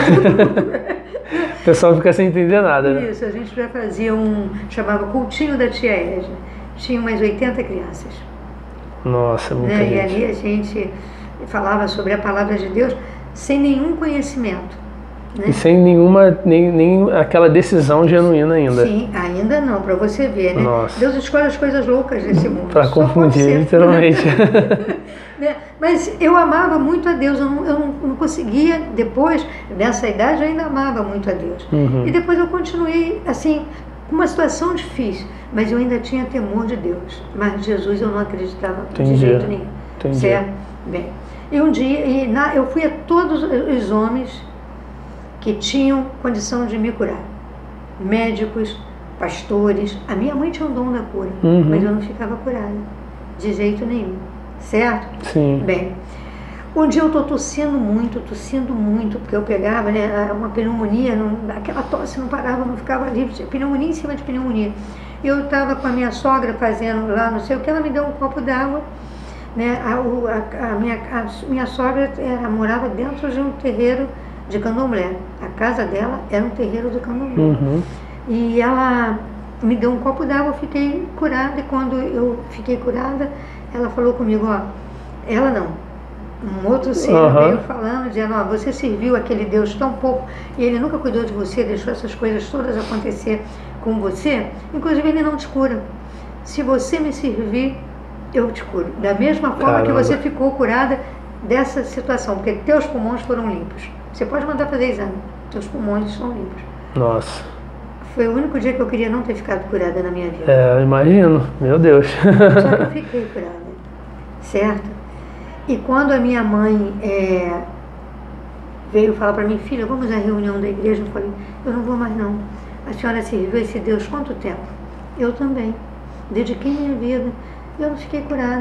O pessoal fica sem entender nada, né? Isso, a gente já fazia um, chamava cultinho da tia Edna. Tinha umas oitenta crianças. Nossa, muita Né? E gente. ali a gente falava sobre a palavra de Deus sem nenhum conhecimento. Né? E sem nenhuma, nem, nem aquela decisão genuína ainda. Sim, ainda não, para você ver, né? Nossa. Deus escolhe as coisas loucas desse mundo. Pra Só pode confundir, ser. literalmente. Né? Mas eu amava muito a Deus, eu não, eu não conseguia, depois dessa idade, eu ainda amava muito a Deus. Uhum. E depois eu continuei, assim, com uma situação difícil, mas eu ainda tinha temor de Deus. Mas Jesus eu não acreditava Entendi. de jeito nenhum. Entendi. Certo? Bem, e um dia, e na, eu fui a todos os homens que tinham condição de me curar. Médicos, pastores. A minha mãe tinha um dom da cura, uhum. mas eu não ficava curada, de jeito nenhum. Certo? Sim. Bem, um dia eu estou tossindo muito, tossindo muito, porque eu pegava, né, uma pneumonia, não, aquela tosse não parava, não ficava livre, pneumonia em cima de pneumonia. Eu estava com a minha sogra fazendo lá, não sei o que, ela me deu um copo d'água, né, a, a, a, minha, a minha sogra era, morava dentro de um terreiro de candomblé, a casa dela era um terreiro de candomblé. Uhum. E ela me deu um copo d'água, eu fiquei curada, e quando eu fiquei curada, ela falou comigo, ó, ela não, um outro ser uhum. veio falando, dizendo, ó, você serviu aquele Deus tão pouco, e ele nunca cuidou de você, deixou essas coisas todas acontecer com você, inclusive ele não te cura. Se você me servir, eu te curo. Da mesma forma Caramba. que você ficou curada dessa situação, porque teus pulmões foram limpos. Você pode mandar fazer exame, teus pulmões são limpos. Nossa. Foi o único dia que eu queria não ter ficado curada na minha vida. É, imagino, meu Deus. Só que eu fiquei curada, certo? E quando a minha mãe é, veio falar para mim, filha, vamos à reunião da igreja, eu falei, eu não vou mais não. A senhora serviu esse Deus quanto tempo? Eu também. Dediquei minha vida, eu não fiquei curada.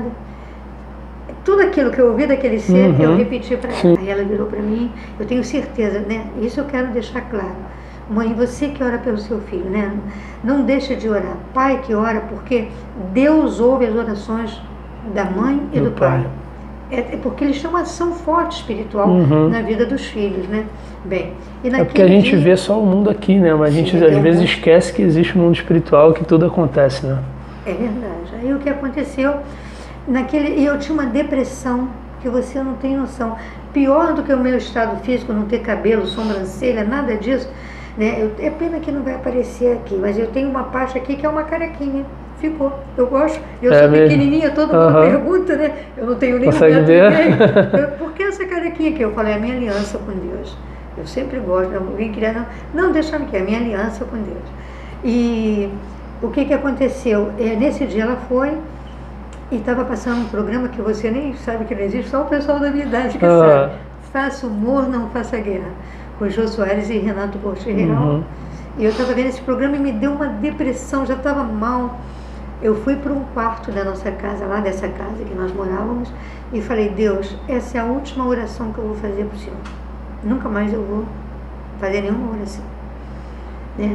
Tudo aquilo que eu ouvi daquele ser, uhum. eu repeti para ela. Aí ela virou para mim, eu tenho certeza, né? Isso eu quero deixar claro. Mãe, você que ora pelo seu filho, né? Não deixa de orar. Pai que ora, porque Deus ouve as orações da mãe e do, do pai. pai. É, é porque eles têm uma ação forte espiritual uhum. na vida dos filhos, né? Bem, e é porque a gente dia... vê só o mundo aqui, né? Mas a gente Sim, às vezes mundo... esquece que existe um mundo espiritual, que tudo acontece, né? É verdade. Aí o que aconteceu, naquele, eu tinha uma depressão que você não tem noção. Pior do que o meu estado físico, não ter cabelo, sobrancelha, nada disso. Né? Eu, é pena que não vai aparecer aqui, mas eu tenho uma parte aqui que é uma carequinha. Ficou. Eu gosto. Eu é sou mesmo? pequenininha, todo mundo uhum. pergunta, né? Eu não tenho nem Consegue um metro ver? e meio. Por que essa carequinha aqui? Eu falei, é a minha aliança com Deus. Eu sempre gosto, alguém queria, não, não deixa-me que é a minha aliança com Deus. E o que que aconteceu? É, nesse dia ela foi e estava passando um programa que você nem sabe que não existe, só o pessoal da minha idade que uhum. sabe. Faça humor, não faça guerra. Com Jô Soares e Renato Porto-Real. Uhum. E eu estava vendo esse programa e me deu uma depressão, já estava mal. Eu fui para um quarto da nossa casa, lá dessa casa que nós morávamos, e falei, Deus, essa é a última oração que eu vou fazer para o Senhor. Nunca mais eu vou fazer nenhuma oração. Né?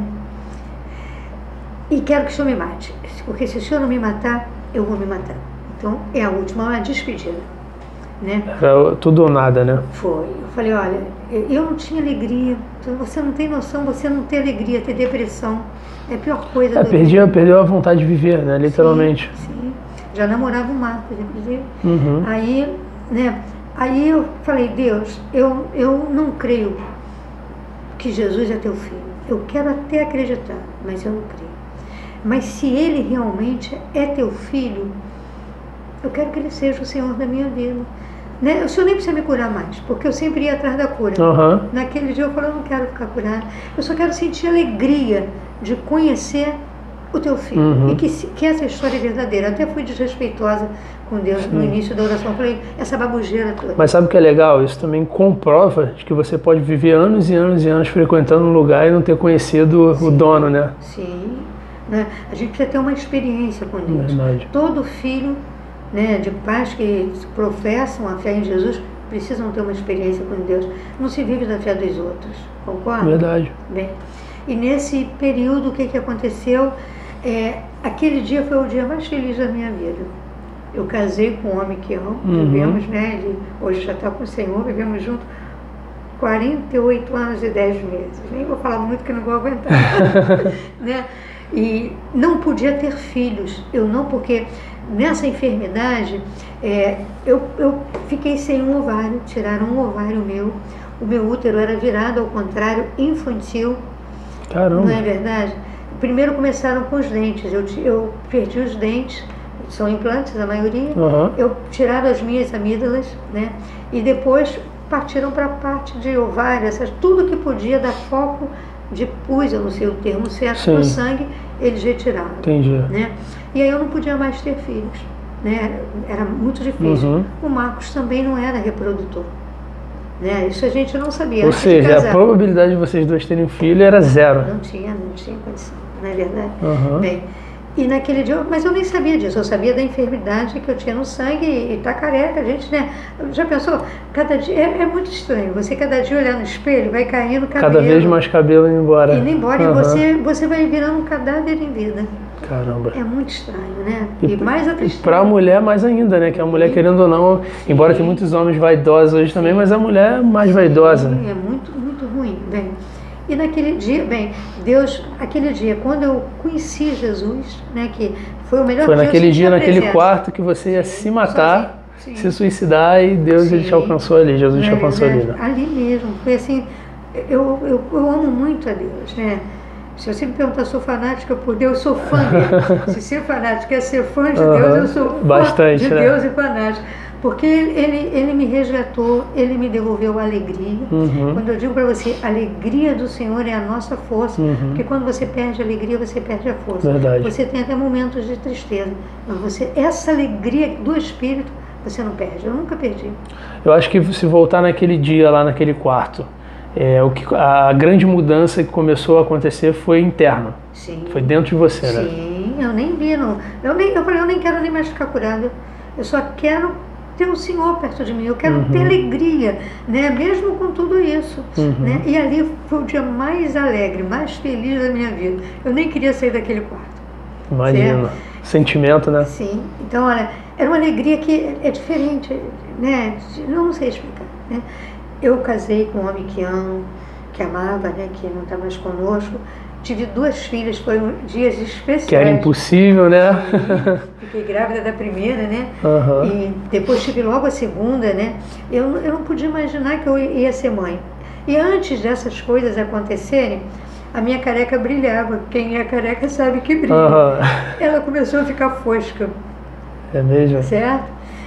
E quero que o Senhor me mate, porque se o Senhor não me matar, eu vou me matar. Então, é a última, uma despedida. Né? Era tudo ou nada, né? Foi. Eu falei, olha, eu não tinha alegria. Você não tem noção, você não ter alegria, ter depressão. É a pior coisa é, do perdi, perdeu a vontade de viver, né? Literalmente. Sim, sim. Já namorava o Marcos, inclusive. Uhum. Aí, né? Aí eu falei, Deus, eu, eu não creio que Jesus é teu filho. Eu quero até acreditar, mas eu não creio. Mas se ele realmente é teu filho, eu quero que ele seja o Senhor da minha vida. Né? O Senhor nem precisa me curar mais, porque eu sempre ia atrás da cura. Uhum. Naquele dia eu falei, eu não quero ficar curada. Eu só quero sentir alegria de conhecer o teu filho. Uhum. E que, que essa história é verdadeira. Até fui desrespeitosa com Deus Sim. no início da oração. Eu falei, essa babujeira toda. Mas sabe o que é legal? Isso também comprova de que você pode viver anos e anos e anos frequentando um lugar e não ter conhecido Sim. o dono, né? Sim. Né? A gente precisa ter uma experiência com Deus. Verdade. Todo filho, né, de pais que professam a fé em Jesus precisam ter uma experiência com Deus. Não se vive da fé dos outros, concorda? Verdade. Bem, e nesse período o que, que aconteceu? É, aquele dia foi o dia mais feliz da minha vida. Eu casei com um homem que amo, uhum. vivemos, né? Ele hoje já está com o Senhor, vivemos juntos quarenta e oito anos e dez meses. Nem vou falar muito que não vou aguentar. Né? E não podia ter filhos. Eu não, porque nessa enfermidade, é, eu, eu fiquei sem um ovário, tiraram um ovário meu, o meu útero era virado ao contrário, infantil. Caramba. Não é verdade? Primeiro começaram com os dentes, eu, eu perdi os dentes, são implantes a maioria, Uhum. eu tiraram as minhas amígdalas, né? E depois partiram para a parte de ovário, essas, tudo que podia dar foco de pus, eu não sei o termo certo, no sangue, eles retiraram. Entendi. Né? E aí eu não podia mais ter filhos, né? Era muito difícil. Uhum. O Marcos também não era reprodutor, né? Isso a gente não sabia. Ou seja, a probabilidade de vocês dois terem um filho era zero. Não tinha, não tinha condição, não é verdade? Uhum. Bem, e naquele dia, mas eu nem sabia disso, eu sabia da enfermidade que eu tinha no sangue e tá careca, a gente, né? Já pensou? Cada dia, é, é muito estranho, você cada dia olhar no espelho, vai caindo cabelo. Cada vez mais cabelo indo embora. Indo embora, uhum. E você, você vai virando um cadáver em vida. Caramba. É muito estranho, né? E, e mais a tristeza. Para a mulher mais ainda, né? Que a mulher, querendo ou não, sim. Embora tem muitos homens vaidosos hoje também, mas a mulher é mais sim, vaidosa. Sim, é muito, muito ruim. Bem, e naquele dia, bem, Deus, aquele dia, quando eu conheci Jesus, né, que foi o melhor dia. Foi naquele dia, naquele presença. quarto que você ia se matar, sim, se suicidar e Deus ele te alcançou ali, Jesus é, te alcançou né? ali. Né? Ali mesmo, foi assim, eu, eu, eu amo muito a Deus, né? Se você me perguntar, sou fanática por Deus, sou fã dele. Se ser fanática é ser fã de uhum. Deus, eu sou fã Bastante, de né? Deus e fanática. Porque ele, ele me resgatou, ele me devolveu a alegria. Uhum. Quando eu digo para você, a alegria do Senhor é a nossa força. Uhum. Porque quando você perde a alegria, você perde a força. Verdade. Você tem até momentos de tristeza. Mas você, essa alegria do Espírito, você não perde. Eu nunca perdi. Eu acho que se voltar naquele dia lá naquele quarto, é, o que, a grande mudança que começou a acontecer foi interna. Sim. Foi dentro de você, Sim. né? Sim, eu nem vi. Não, eu, nem, eu falei, eu nem quero nem mais ficar curada. Eu só quero ter o Senhor perto de mim. Eu quero uhum. ter alegria, né? Mesmo com tudo isso. Uhum. Né? E ali foi o dia mais alegre, mais feliz da minha vida. Eu nem queria sair daquele quarto. Imagina. Certo? Sentimento, né? Sim. Então, olha, era uma alegria que é diferente, né? Não sei explicar, né? Eu casei com um homem que amo, que amava, né? Que não está mais conosco. Tive duas filhas, foram dias especiais. Que era impossível, né? Fiquei grávida da primeira, né? Uhum. E depois tive logo a segunda, né? Eu, eu não podia imaginar que eu ia ser mãe. E antes dessas coisas acontecerem, a minha careca brilhava. Quem é careca sabe que brilha. Uhum. Ela começou a ficar fosca. É mesmo? Certo?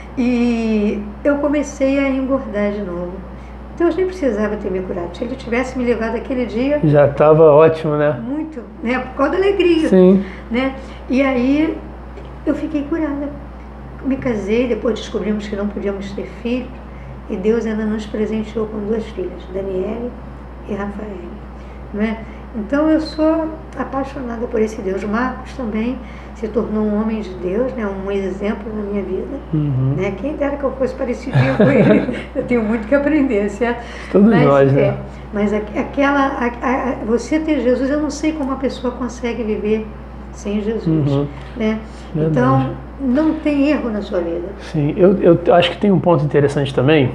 E eu comecei a engordar de novo. Deus nem precisava ter me curado. Se ele tivesse me levado aquele dia... Já estava ótimo, né? Muito, né? Por causa da alegria. Sim. Né? E aí eu fiquei curada. Me casei, depois descobrimos que não podíamos ter filhos. E Deus ainda nos presenteou com duas filhas, Daniele e Rafael. Né? Então eu sou apaixonada por esse Deus. Marcos também se tornou um homem de Deus, né? Um exemplo na minha vida. Uhum. Né? Quem dera que eu fosse parecidinho com ele. Eu tenho muito que aprender, certo? Todos mas, nós, né? É, mas aquela, a, a, você ter Jesus, eu não sei como a pessoa consegue viver sem Jesus. Uhum. Né? Então, não tem erro na sua vida. Sim, eu, eu acho que tem um ponto interessante também,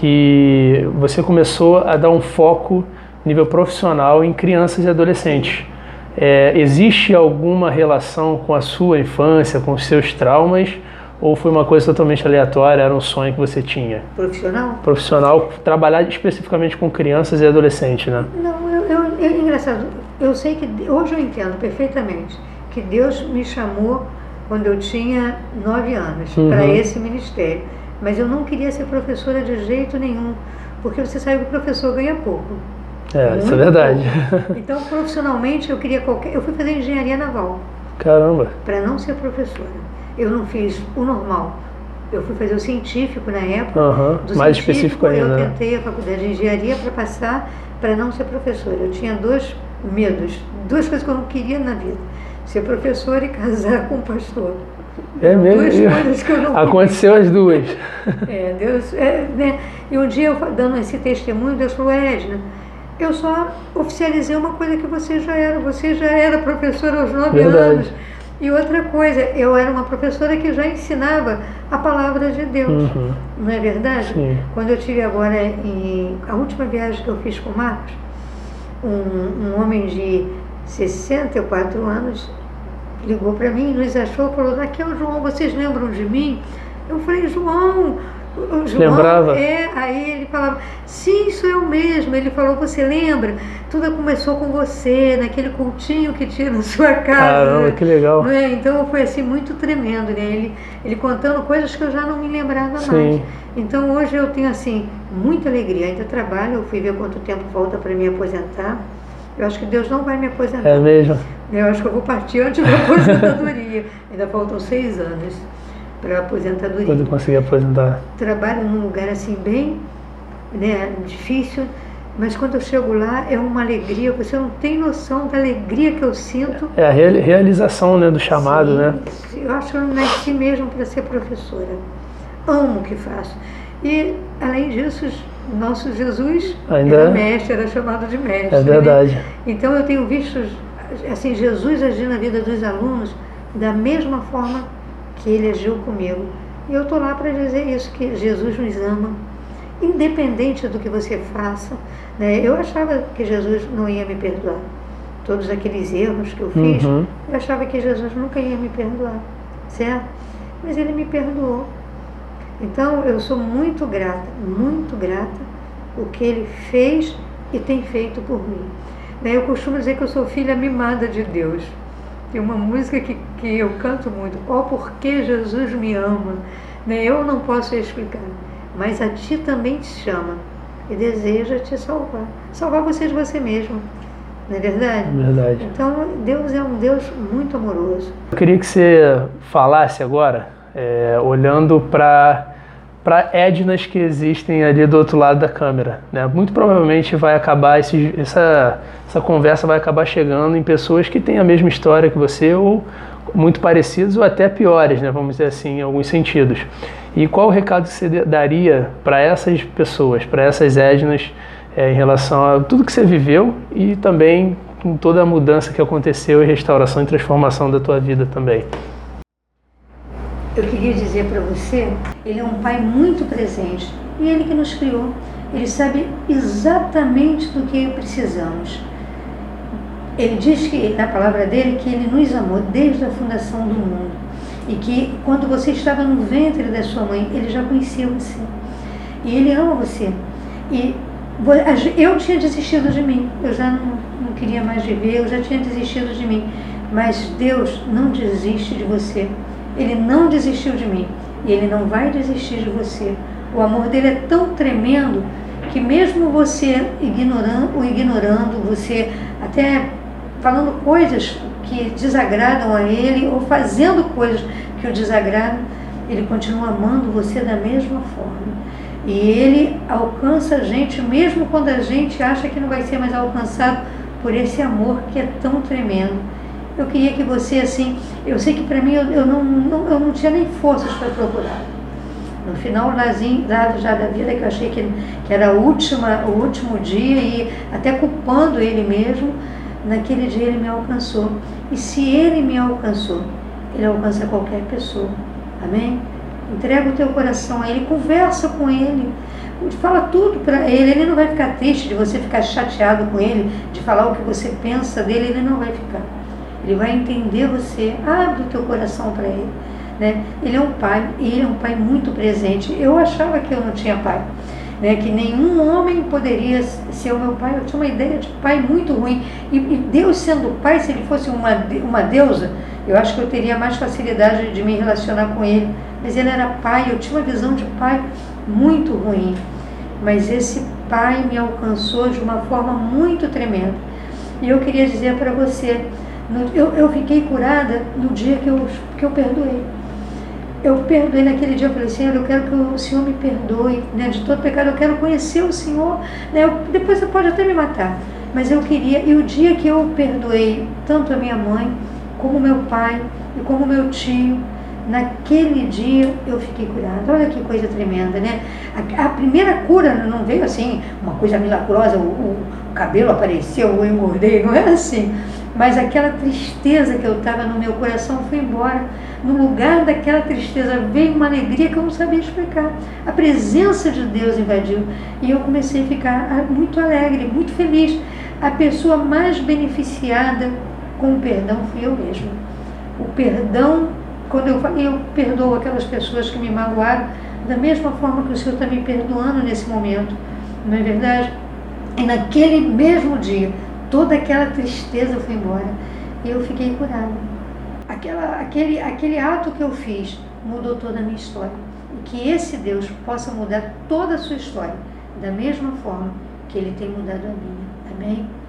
que você começou a dar um foco nível profissional em crianças e adolescentes. É, existe alguma relação com a sua infância, com os seus traumas, ou foi uma coisa totalmente aleatória, era um sonho que você tinha? Profissional? Profissional, trabalhar especificamente com crianças e adolescentes, né? Não, eu, eu, é engraçado, eu sei que, hoje eu entendo perfeitamente, que Deus me chamou quando eu tinha nove anos, uhum. para esse ministério, mas eu não queria ser professora de jeito nenhum, porque você sabe que o professor ganha pouco. É, isso é verdade. Pouco. Então, profissionalmente, eu queria qualquer... Eu fui fazer engenharia naval. Caramba! Para não ser professora. Eu não fiz o normal. Eu fui fazer o científico na época. Uhum. Do Mais específico ainda. Eu né? tentei a faculdade de engenharia para passar, para não ser professora. Eu tinha dois medos, duas coisas que eu não queria na vida. Ser professora e casar com um pastor. É mesmo? Duas coisas que eu não Aconteceu queria. as duas. É, Deus... É, né? E um dia, eu dando esse testemunho, Deus falou, Edna, eu só oficializei uma coisa que você já era. Você já era professora aos nove Verdade. anos. E outra coisa, eu era uma professora que já ensinava a palavra de Deus. Uhum. Não é verdade? Sim. Quando eu tive agora, em, a última viagem que eu fiz com o Marcos, um, um homem de sessenta e quatro anos ligou para mim, nos achou e falou, Raquel, João, vocês lembram de mim? Eu falei, João, o João, lembrava? É, aí ele falava, sim, sou eu mesmo. Ele falou, você lembra? Tudo começou com você, naquele cultinho que tinha na sua casa. Caramba, que legal. Não é? Então foi assim, muito tremendo, né? Ele, ele contando coisas que eu já não me lembrava Sim. mais. Então hoje eu tenho assim, muita alegria. Ainda trabalho, eu fui ver quanto tempo falta para me aposentar. Eu acho que Deus não vai me aposentar. É mesmo? Eu acho que eu vou partir antes da aposentadoria. Ainda faltam seis anos para a aposentadoria. Quando conseguir aposentar. Trabalho num lugar assim bem, né, difícil, mas quando eu chego lá é uma alegria. Você não tem noção da alegria que eu sinto. É a realização, né, do chamado, Sim, né? Eu acho que eu nasci mesmo para ser professora. Amo o que faço. E, além disso, nosso Jesus Ainda era mestre, era chamado de mestre. É verdade. Né? Então eu tenho visto assim, Jesus agir na vida dos alunos da mesma forma que ele agiu comigo. E eu estou lá para dizer isso, que Jesus nos ama, independente do que você faça. Né? Eu achava que Jesus não ia me perdoar. Todos aqueles erros que eu fiz, uhum. eu achava que Jesus nunca ia me perdoar, certo? Mas ele me perdoou. Então eu sou muito grata, muito grata o que ele fez e tem feito por mim. Eu costumo dizer que eu sou filha mimada de Deus. Tem uma música que, que eu canto muito, ó, porque Jesus me ama. Eu não posso explicar, mas a ti também te chama e deseja te salvar. Salvar você de você mesmo, não é verdade? É verdade. Então Deus é um Deus muito amoroso. Eu queria que você falasse agora, é, olhando para para Ednas que existem ali do outro lado da câmera, né? Muito provavelmente vai acabar esse, essa essa conversa vai acabar chegando em pessoas que têm a mesma história que você ou muito parecidos ou até piores, né? Vamos dizer assim, em alguns sentidos. E qual o recado que você daria para essas pessoas, para essas Ednas, é, em relação a tudo que você viveu e também com toda a mudança que aconteceu e restauração e transformação da tua vida também? Eu queria dizer para você, ele é um pai muito presente e ele que nos criou. Ele sabe exatamente do que precisamos. Ele diz que, na palavra dele, que ele nos amou desde a fundação do mundo e que quando você estava no ventre da sua mãe, ele já conhecia você e ele ama você. E eu tinha desistido de mim, eu já não, não queria mais viver, eu já tinha desistido de mim, mas Deus não desiste de você. Ele não desistiu de mim e ele não vai desistir de você. O amor dele é tão tremendo que mesmo você ignorando, o ignorando, você até falando coisas que desagradam a ele ou fazendo coisas que o desagradam, ele continua amando você da mesma forma. E ele alcança a gente mesmo quando a gente acha que não vai ser mais alcançado por esse amor que é tão tremendo. Eu queria que você, assim, eu sei que para mim eu, eu, não, não, eu não tinha nem forças para procurar. No final lá já da vida, que eu achei que, que era a última, o último dia e até culpando ele mesmo, naquele dia ele me alcançou. E se ele me alcançou, ele alcança qualquer pessoa. Amém? Entrega o teu coração a ele, conversa com ele, fala tudo para ele. Ele não vai ficar triste de você ficar chateado com ele, de falar o que você pensa dele, ele não vai ficar. Ele vai entender você, abre o teu coração para ele, né? Ele é um pai, e ele é um pai muito presente. Eu achava que eu não tinha pai, né? Que nenhum homem poderia ser o meu pai. Eu tinha uma ideia de pai muito ruim. E, e Deus sendo pai, se ele fosse uma, uma deusa, eu acho que eu teria mais facilidade de me relacionar com ele. Mas ele era pai, eu tinha uma visão de pai muito ruim. Mas esse pai me alcançou de uma forma muito tremenda. E eu queria dizer para você, Eu, eu fiquei curada no dia que eu, que eu perdoei. Eu perdoei naquele dia, eu falei, Senhor, eu quero que o Senhor me perdoe, né, de todo pecado, eu quero conhecer o Senhor, né, eu, depois você pode até me matar, mas eu queria, e o dia que eu perdoei tanto a minha mãe, como meu pai, e como meu tio, naquele dia eu fiquei curada. Olha que coisa tremenda, né? A, a primeira cura não veio assim, uma coisa milagrosa, o, o cabelo apareceu, eu engordei, não é assim. Mas aquela tristeza que eu estava no meu coração foi embora. No lugar daquela tristeza veio uma alegria que eu não sabia explicar. A presença de Deus invadiu e eu comecei a ficar muito alegre, muito feliz. A pessoa mais beneficiada com o perdão fui eu mesma. O perdão, quando eu falei, eu perdoo aquelas pessoas que me magoaram, da mesma forma que o Senhor está me perdoando nesse momento, não é verdade? E naquele mesmo dia, toda aquela tristeza foi embora e eu fiquei curada. Aquela, aquele, aquele ato que eu fiz mudou toda a minha história. E que esse Deus possa mudar toda a sua história, da mesma forma que Ele tem mudado a minha. Amém?